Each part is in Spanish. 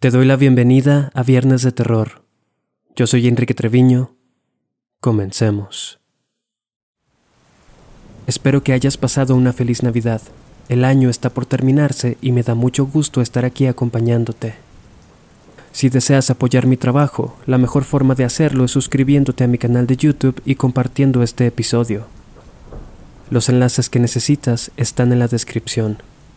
Te doy la bienvenida a Viernes de Terror. Yo soy Enrique Treviño. Comencemos. Espero que hayas pasado una feliz Navidad. El año está por terminarse y me da mucho gusto estar aquí acompañándote. Si deseas apoyar mi trabajo, la mejor forma de hacerlo es suscribiéndote a mi canal de YouTube y compartiendo este episodio. Los enlaces que necesitas están en la descripción.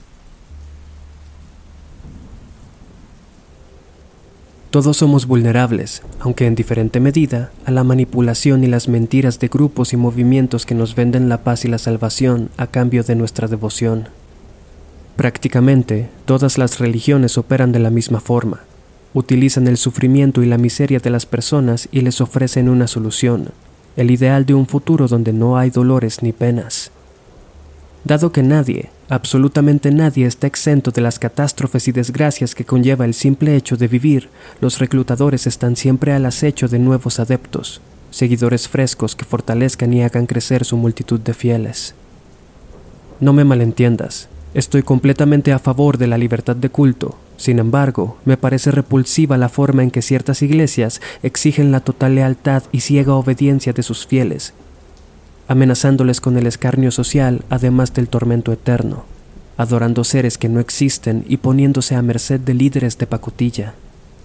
Todos somos vulnerables, aunque en diferente medida, a la manipulación y las mentiras de grupos y movimientos que nos venden la paz y la salvación a cambio de nuestra devoción. Prácticamente, todas las religiones operan de la misma forma. Utilizan el sufrimiento y la miseria de las personas y les ofrecen una solución, el ideal de un futuro donde no hay dolores ni penas. Dado que nadie, absolutamente nadie está exento de las catástrofes y desgracias que conlleva el simple hecho de vivir, los reclutadores están siempre al acecho de nuevos adeptos, seguidores frescos que fortalezcan y hagan crecer su multitud de fieles. No me malentiendas, estoy completamente a favor de la libertad de culto. Sin embargo, me parece repulsiva la forma en que ciertas iglesias exigen la total lealtad y ciega obediencia de sus fieles, amenazándoles con el escarnio social además del tormento eterno, adorando seres que no existen y poniéndose a merced de líderes de pacotilla.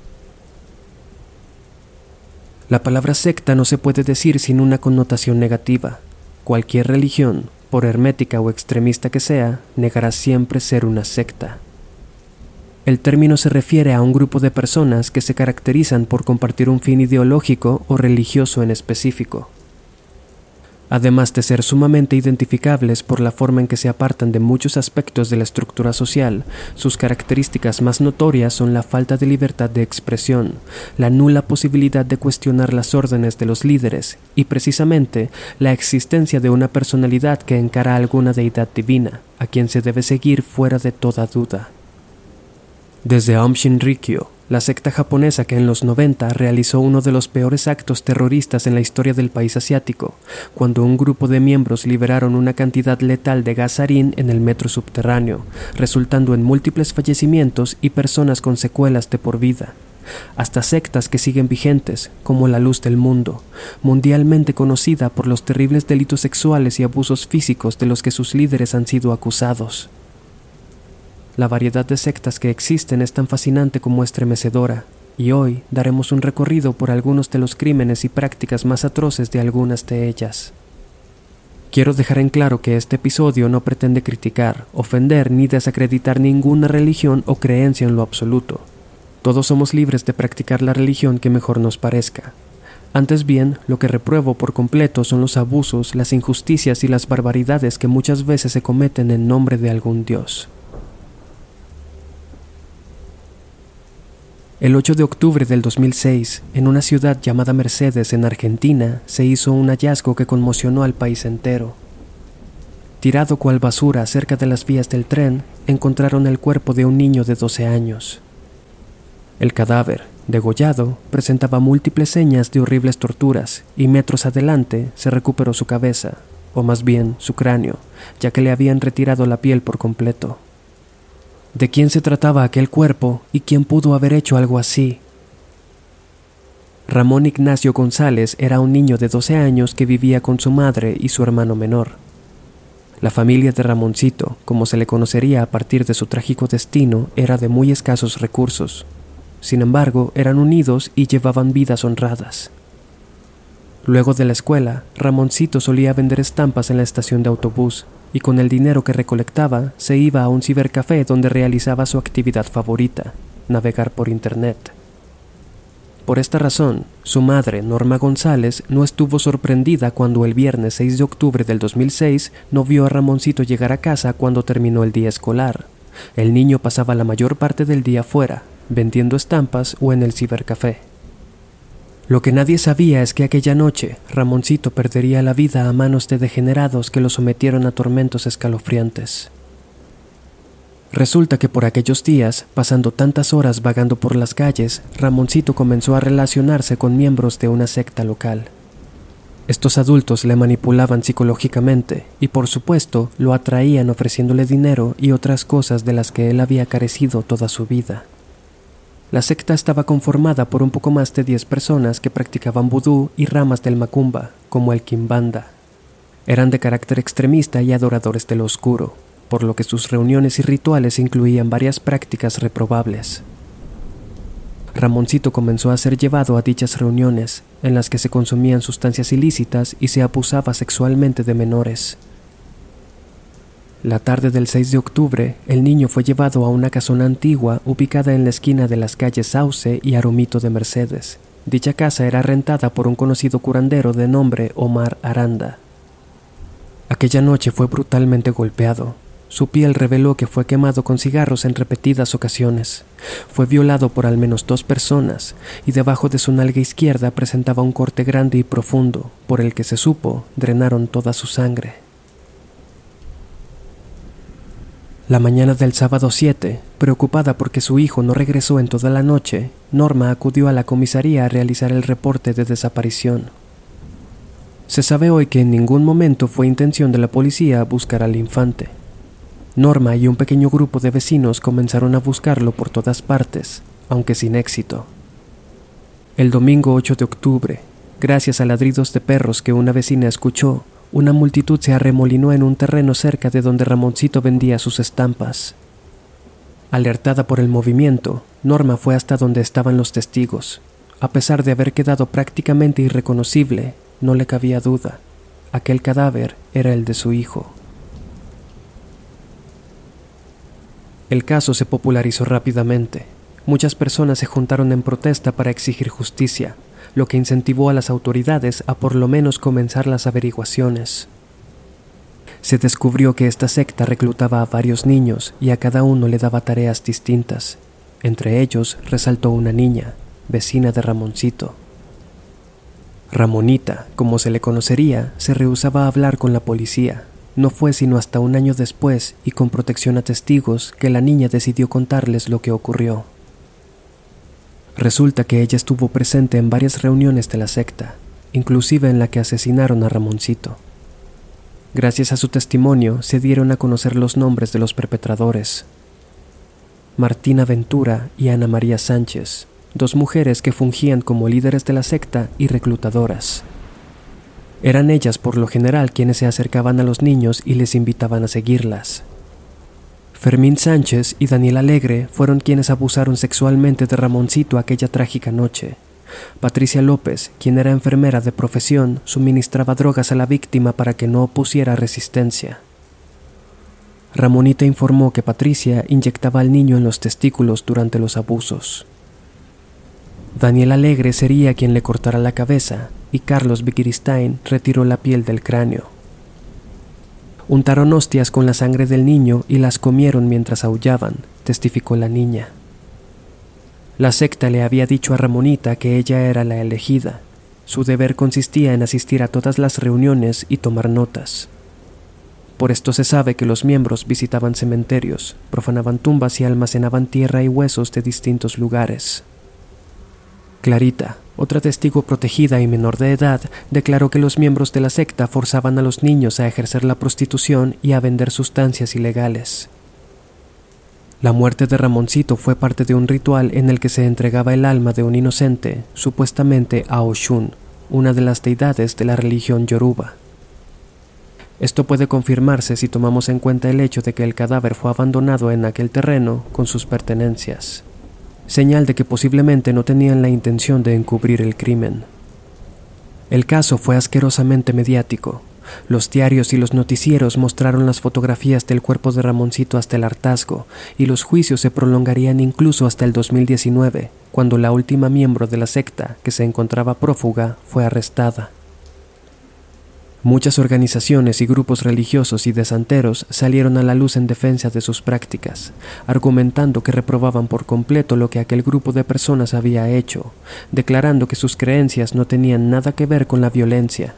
La palabra secta no se puede decir sin una connotación negativa. Cualquier religión, por hermética o extremista que sea, negará siempre ser una secta. El término se refiere a un grupo de personas que se caracterizan por compartir un fin ideológico o religioso en específico. Además de ser sumamente identificables por la forma en que se apartan de muchos aspectos de la estructura social, sus características más notorias son la falta de libertad de expresión, la nula posibilidad de cuestionar las órdenes de los líderes y, precisamente, la existencia de una personalidad que encara a alguna deidad divina, a quien se debe seguir fuera de toda duda. Desde Aum Shinrikyo, la secta japonesa que en los 90 realizó uno de los peores actos terroristas en la historia del país asiático, cuando un grupo de miembros liberaron una cantidad letal de gas sarín en el metro subterráneo, resultando en múltiples fallecimientos y personas con secuelas de por vida, hasta sectas que siguen vigentes, como la Luz del Mundo, mundialmente conocida por los terribles delitos sexuales y abusos físicos de los que sus líderes han sido acusados. La variedad de sectas que existen es tan fascinante como estremecedora, y hoy daremos un recorrido por algunos de los crímenes y prácticas más atroces de algunas de ellas. Quiero dejar en claro que este episodio no pretende criticar, ofender ni desacreditar ninguna religión o creencia en lo absoluto. Todos somos libres de practicar la religión que mejor nos parezca. Antes bien, lo que repruebo por completo son los abusos, las injusticias y las barbaridades que muchas veces se cometen en nombre de algún dios. El 8 de octubre del 2006, en una ciudad llamada Mercedes, en Argentina, se hizo un hallazgo que conmocionó al país entero. Tirado cual basura cerca de las vías del tren, encontraron el cuerpo de un niño de 12 años. El cadáver, degollado, presentaba múltiples señas de horribles torturas y metros adelante se recuperó su cabeza, o más bien su cráneo, ya que le habían retirado la piel por completo. ¿De quién se trataba aquel cuerpo y quién pudo haber hecho algo así? Ramón Ignacio González era un niño de 12 años que vivía con su madre y su hermano menor. La familia de Ramoncito, como se le conocería a partir de su trágico destino, era de muy escasos recursos. Sin embargo, eran unidos y llevaban vidas honradas. Luego de la escuela, Ramoncito solía vender estampas en la estación de autobús, y con el dinero que recolectaba se iba a un cibercafé donde realizaba su actividad favorita, navegar por internet. Por esta razón, su madre, Norma González, no estuvo sorprendida cuando el viernes 6 de octubre del 2006 no vio a Ramoncito llegar a casa cuando terminó el día escolar. El niño pasaba la mayor parte del día fuera, vendiendo estampas o en el cibercafé. Lo que nadie sabía es que aquella noche Ramoncito perdería la vida a manos de degenerados que lo sometieron a tormentos escalofriantes. Resulta que por aquellos días, pasando tantas horas vagando por las calles, Ramoncito comenzó a relacionarse con miembros de una secta local. Estos adultos le manipulaban psicológicamente y, por supuesto, lo atraían ofreciéndole dinero y otras cosas de las que él había carecido toda su vida. La secta estaba conformada por un poco más de 10 personas que practicaban vudú y ramas del macumba, como el quimbanda. Eran de carácter extremista y adoradores de lo oscuro, por lo que sus reuniones y rituales incluían varias prácticas reprobables. Ramoncito comenzó a ser llevado a dichas reuniones, en las que se consumían sustancias ilícitas y se abusaba sexualmente de menores. La tarde del 6 de octubre, el niño fue llevado a una casona antigua ubicada en la esquina de las calles Sauce y Aromito de Mercedes. Dicha casa era rentada por un conocido curandero de nombre Omar Aranda. Aquella noche fue brutalmente golpeado. Su piel reveló que fue quemado con cigarros en repetidas ocasiones. Fue violado por al menos 2 personas y debajo de su nalga izquierda presentaba un corte grande y profundo, por el que se supo drenaron toda su sangre. La mañana del sábado 7, preocupada porque su hijo no regresó en toda la noche, Norma acudió a la comisaría a realizar el reporte de desaparición. Se sabe hoy que en ningún momento fue intención de la policía buscar al infante. Norma y un pequeño grupo de vecinos comenzaron a buscarlo por todas partes, aunque sin éxito. El domingo 8 de octubre, gracias a ladridos de perros que una vecina escuchó, una multitud se arremolinó en un terreno cerca de donde Ramoncito vendía sus estampas. Alertada por el movimiento, Norma fue hasta donde estaban los testigos. A pesar de haber quedado prácticamente irreconocible, no le cabía duda. Aquel cadáver era el de su hijo. El caso se popularizó rápidamente. Muchas personas se juntaron en protesta para exigir justicia, lo que incentivó a las autoridades a por lo menos comenzar las averiguaciones. Se descubrió que esta secta reclutaba a varios niños y a cada uno le daba tareas distintas. Entre ellos resaltó una niña, vecina de Ramoncito. Ramonita, como se le conocería, se rehusaba a hablar con la policía. No fue sino hasta un año después y con protección a testigos que la niña decidió contarles lo que ocurrió. Resulta que ella estuvo presente en varias reuniones de la secta, inclusive en la que asesinaron a Ramoncito. Gracias a su testimonio se dieron a conocer los nombres de los perpetradores: Martina Ventura y Ana María Sánchez, 2 mujeres que fungían como líderes de la secta y reclutadoras. Eran ellas por lo general quienes se acercaban a los niños y les invitaban a seguirlas. Fermín Sánchez y Daniel Alegre fueron quienes abusaron sexualmente de Ramoncito aquella trágica noche. Patricia López, quien era enfermera de profesión, suministraba drogas a la víctima para que no opusiera resistencia. Ramonita informó que Patricia inyectaba al niño en los testículos durante los abusos. Daniel Alegre sería quien le cortara la cabeza y Carlos Begiristain retiró la piel del cráneo. Untaron hostias con la sangre del niño y las comieron mientras aullaban, testificó la niña. La secta le había dicho a Ramonita que ella era la elegida. Su deber consistía en asistir a todas las reuniones y tomar notas. Por esto se sabe que los miembros visitaban cementerios, profanaban tumbas y almacenaban tierra y huesos de distintos lugares. Clarita, otra testigo protegida y menor de edad, declaró que los miembros de la secta forzaban a los niños a ejercer la prostitución y a vender sustancias ilegales. La muerte de Ramoncito fue parte de un ritual en el que se entregaba el alma de un inocente, supuestamente a Oshun, una de las deidades de la religión yoruba. Esto puede confirmarse si tomamos en cuenta el hecho de que el cadáver fue abandonado en aquel terreno con sus pertenencias, señal de que posiblemente no tenían la intención de encubrir el crimen. El caso fue asquerosamente mediático. Los diarios y los noticieros mostraron las fotografías del cuerpo de Ramoncito hasta el hartazgo, y los juicios se prolongarían incluso hasta el 2019, cuando la última miembro de la secta, que se encontraba prófuga, fue arrestada. Muchas organizaciones y grupos religiosos y de santeros salieron a la luz en defensa de sus prácticas, argumentando que reprobaban por completo lo que aquel grupo de personas había hecho, declarando que sus creencias no tenían nada que ver con la violencia.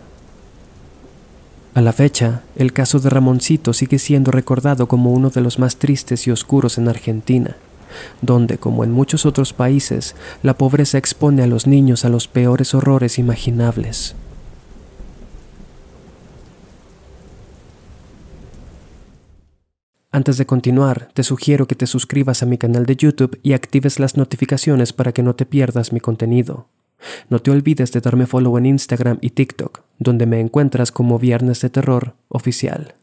A la fecha, el caso de Ramoncito sigue siendo recordado como uno de los más tristes y oscuros en Argentina, donde, como en muchos otros países, la pobreza expone a los niños a los peores horrores imaginables. Antes de continuar, te sugiero que te suscribas a mi canal de YouTube y actives las notificaciones para que no te pierdas mi contenido. No te olvides de darme follow en Instagram y TikTok, donde me encuentras como Viernes de Terror Oficial.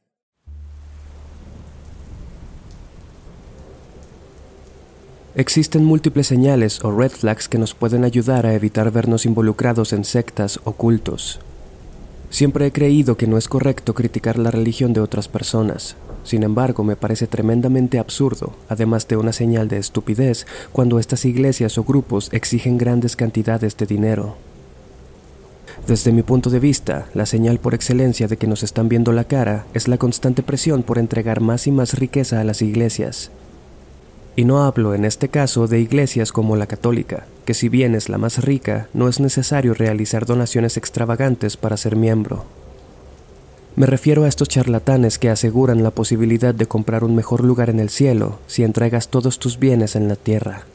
Existen múltiples señales o red flags que nos pueden ayudar a evitar vernos involucrados en sectas o cultos. Siempre he creído que no es correcto criticar la religión de otras personas. Sin embargo, me parece tremendamente absurdo, además de una señal de estupidez, cuando estas iglesias o grupos exigen grandes cantidades de dinero. Desde mi punto de vista, la señal por excelencia de que nos están viendo la cara es la constante presión por entregar más y más riqueza a las iglesias. Y no hablo en este caso de iglesias como la católica, que si bien es la más rica, no es necesario realizar donaciones extravagantes para ser miembro. Me refiero a estos charlatanes que aseguran la posibilidad de comprar un mejor lugar en el cielo si entregas todos tus bienes en la tierra.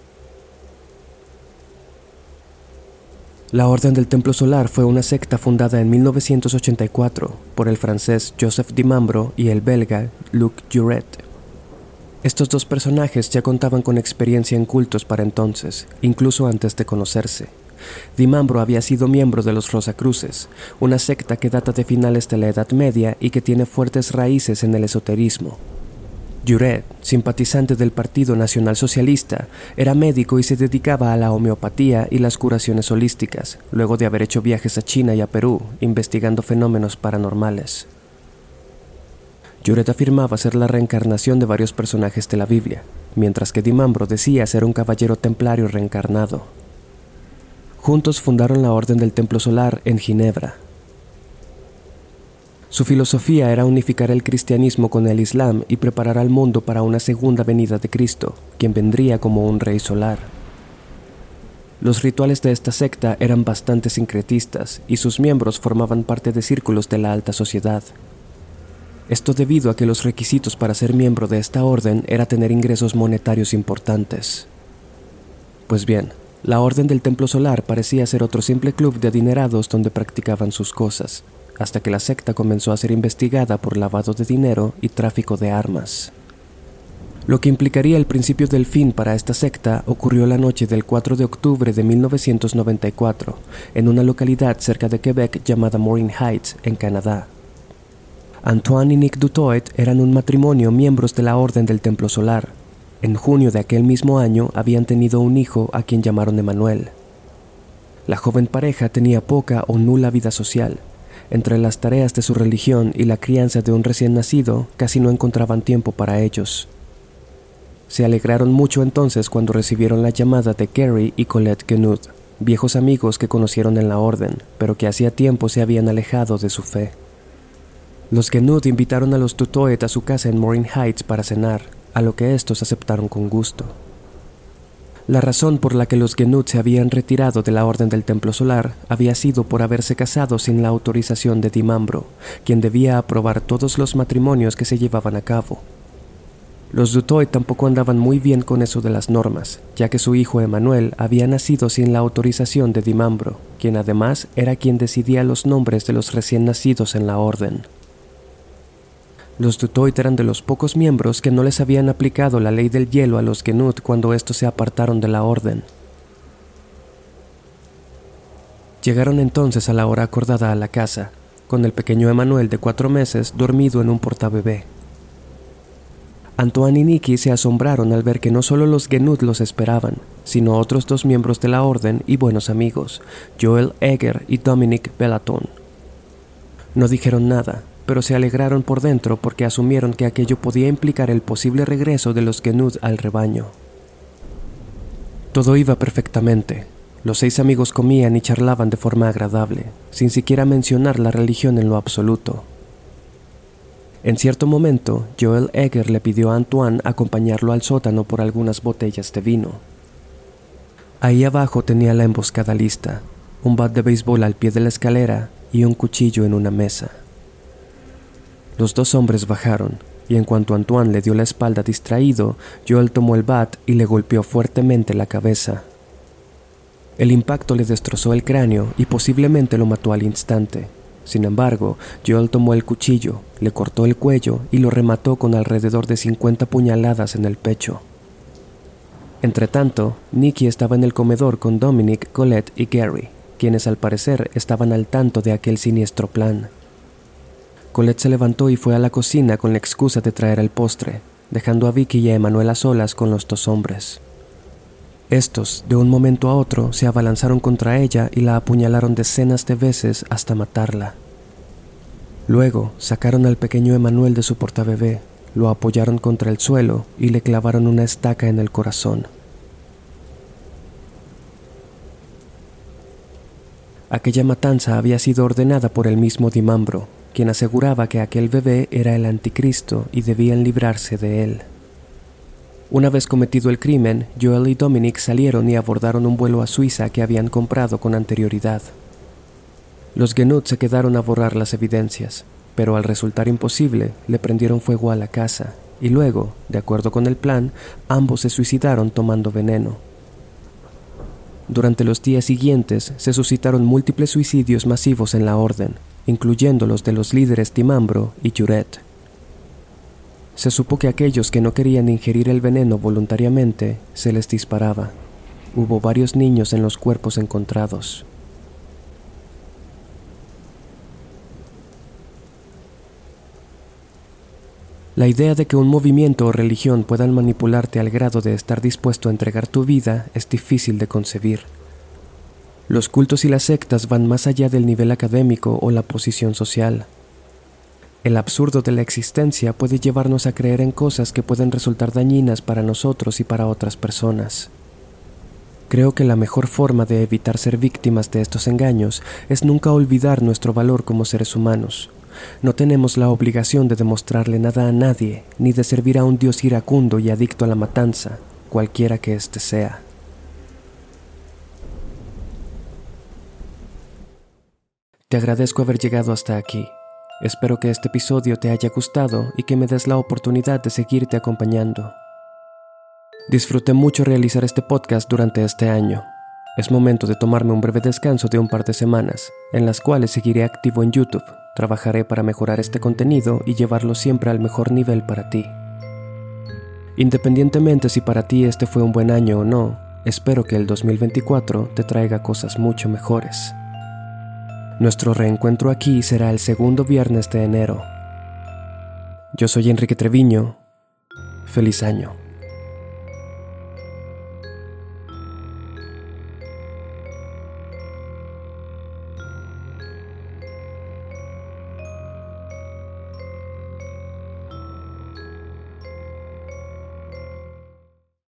La Orden del Templo Solar fue una secta fundada en 1984 por el francés Joseph Dimambro y el belga Luc Jouret. Estos dos personajes ya contaban con experiencia en cultos para entonces, incluso antes de conocerse. Dimambro había sido miembro de los Rosacruces, una secta que data de finales de la Edad Media y que tiene fuertes raíces en el esoterismo. Jouret, simpatizante del Partido Nacional Socialista, era médico y se dedicaba a la homeopatía y las curaciones holísticas, luego de haber hecho viajes a China y a Perú, investigando fenómenos paranormales. Jouret afirmaba ser la reencarnación de varios personajes de la Biblia, mientras que Dimambro decía ser un caballero templario reencarnado. Juntos fundaron la Orden del Templo Solar en Ginebra. Su filosofía era unificar el cristianismo con el islam y preparar al mundo para una segunda venida de Cristo, quien vendría como un rey solar. Los rituales de esta secta eran bastante sincretistas y sus miembros formaban parte de círculos de la alta sociedad. Esto debido a que los requisitos para ser miembro de esta orden era tener ingresos monetarios importantes. Pues bien, la Orden del Templo Solar parecía ser otro simple club de adinerados donde practicaban sus cosas, hasta que la secta comenzó a ser investigada por lavado de dinero y tráfico de armas. Lo que implicaría el principio del fin para esta secta ocurrió la noche del 4 de octubre de 1994, en una localidad cerca de Quebec llamada Morin Heights, en Canadá. Antoine y Nick Dutoit eran un matrimonio miembros de la Orden del Templo Solar. En junio de aquel mismo año habían tenido un hijo a quien llamaron Emmanuel. La joven pareja tenía poca o nula vida social. Entre las tareas de su religión y la crianza de un recién nacido, casi no encontraban tiempo para ellos. Se alegraron mucho entonces cuando recibieron la llamada de Carrie y Colette Guenot, viejos amigos que conocieron en la Orden, pero que hacía tiempo se habían alejado de su fe. Los Guenot invitaron a los Dutoit a su casa en Morin Heights para cenar, a lo que estos aceptaron con gusto. La razón por la que los Guenot se habían retirado de la Orden del Templo Solar había sido por haberse casado sin la autorización de Dimambro, quien debía aprobar todos los matrimonios que se llevaban a cabo. Los Dutoit tampoco andaban muy bien con eso de las normas, ya que su hijo Emmanuel había nacido sin la autorización de Dimambro, quien además era quien decidía los nombres de los recién nacidos en la Orden. Los Dutoit eran de los pocos miembros que no les habían aplicado la ley del hielo a los Guenot cuando estos se apartaron de la Orden. Llegaron entonces a la hora acordada a la casa, con el pequeño Emmanuel de 4 meses dormido en un portabebé. Antoine y Nicky se asombraron al ver que no solo los Guenot los esperaban, sino otros 2 miembros de la Orden y buenos amigos, Joel Egger y Dominic Bellaton. No dijeron nada, pero se alegraron por dentro porque asumieron que aquello podía implicar el posible regreso de los Guenot al rebaño. Todo iba perfectamente. Los 6 amigos comían y charlaban de forma agradable, sin siquiera mencionar la religión en lo absoluto. En cierto momento, Joel Egger le pidió a Antoine acompañarlo al sótano por algunas botellas de vino. Ahí abajo tenía la emboscada lista, un bat de béisbol al pie de la escalera y un cuchillo en una mesa. Los 2 hombres bajaron, y en cuanto Antoine le dio la espalda distraído, Joel tomó el bat y le golpeó fuertemente la cabeza. El impacto le destrozó el cráneo y posiblemente lo mató al instante. Sin embargo, Joel tomó el cuchillo, le cortó el cuello y lo remató con alrededor de 50 puñaladas en el pecho. Entretanto, Nikki estaba en el comedor con Dominic, Colette y Gary, quienes al parecer estaban al tanto de aquel siniestro plan. Colette se levantó y fue a la cocina con la excusa de traer el postre, dejando a Vicky y a Emanuel a solas con los dos hombres. Estos, de un momento a otro, se abalanzaron contra ella y la apuñalaron decenas de veces hasta matarla. Luego, sacaron al pequeño Emanuel de su portabebé, lo apoyaron contra el suelo y le clavaron una estaca en el corazón. Aquella matanza había sido ordenada por el mismo Dimambro, quien aseguraba que aquel bebé era el anticristo y debían librarse de él. Una vez cometido el crimen, Joel y Dominic salieron y abordaron un vuelo a Suiza que habían comprado con anterioridad. Los Genut se quedaron a borrar las evidencias, pero al resultar imposible, le prendieron fuego a la casa, y luego, de acuerdo con el plan, ambos se suicidaron tomando veneno. Durante los días siguientes, se suscitaron múltiples suicidios masivos en la orden, incluyendo los de los líderes Dimambro y Juret. Se supo que aquellos que no querían ingerir el veneno voluntariamente se les disparaba. Hubo varios niños en los cuerpos encontrados. La idea de que un movimiento o religión puedan manipularte al grado de estar dispuesto a entregar tu vida es difícil de concebir. Los cultos y las sectas van más allá del nivel académico o la posición social. El absurdo de la existencia puede llevarnos a creer en cosas que pueden resultar dañinas para nosotros y para otras personas. Creo que la mejor forma de evitar ser víctimas de estos engaños es nunca olvidar nuestro valor como seres humanos. No tenemos la obligación de demostrarle nada a nadie, ni de servir a un Dios iracundo y adicto a la matanza, cualquiera que éste sea. Te agradezco haber llegado hasta aquí. Espero que este episodio te haya gustado y que me des la oportunidad de seguirte acompañando. Disfruté mucho realizar este podcast durante este año. Es momento de tomarme un breve descanso de un par de semanas, en las cuales seguiré activo en YouTube. Trabajaré para mejorar este contenido y llevarlo siempre al mejor nivel para ti. Independientemente si para ti este fue un buen año o no, espero que el 2024 te traiga cosas mucho mejores. Nuestro reencuentro aquí será el segundo viernes de enero. Yo soy Enrique Treviño. Feliz año.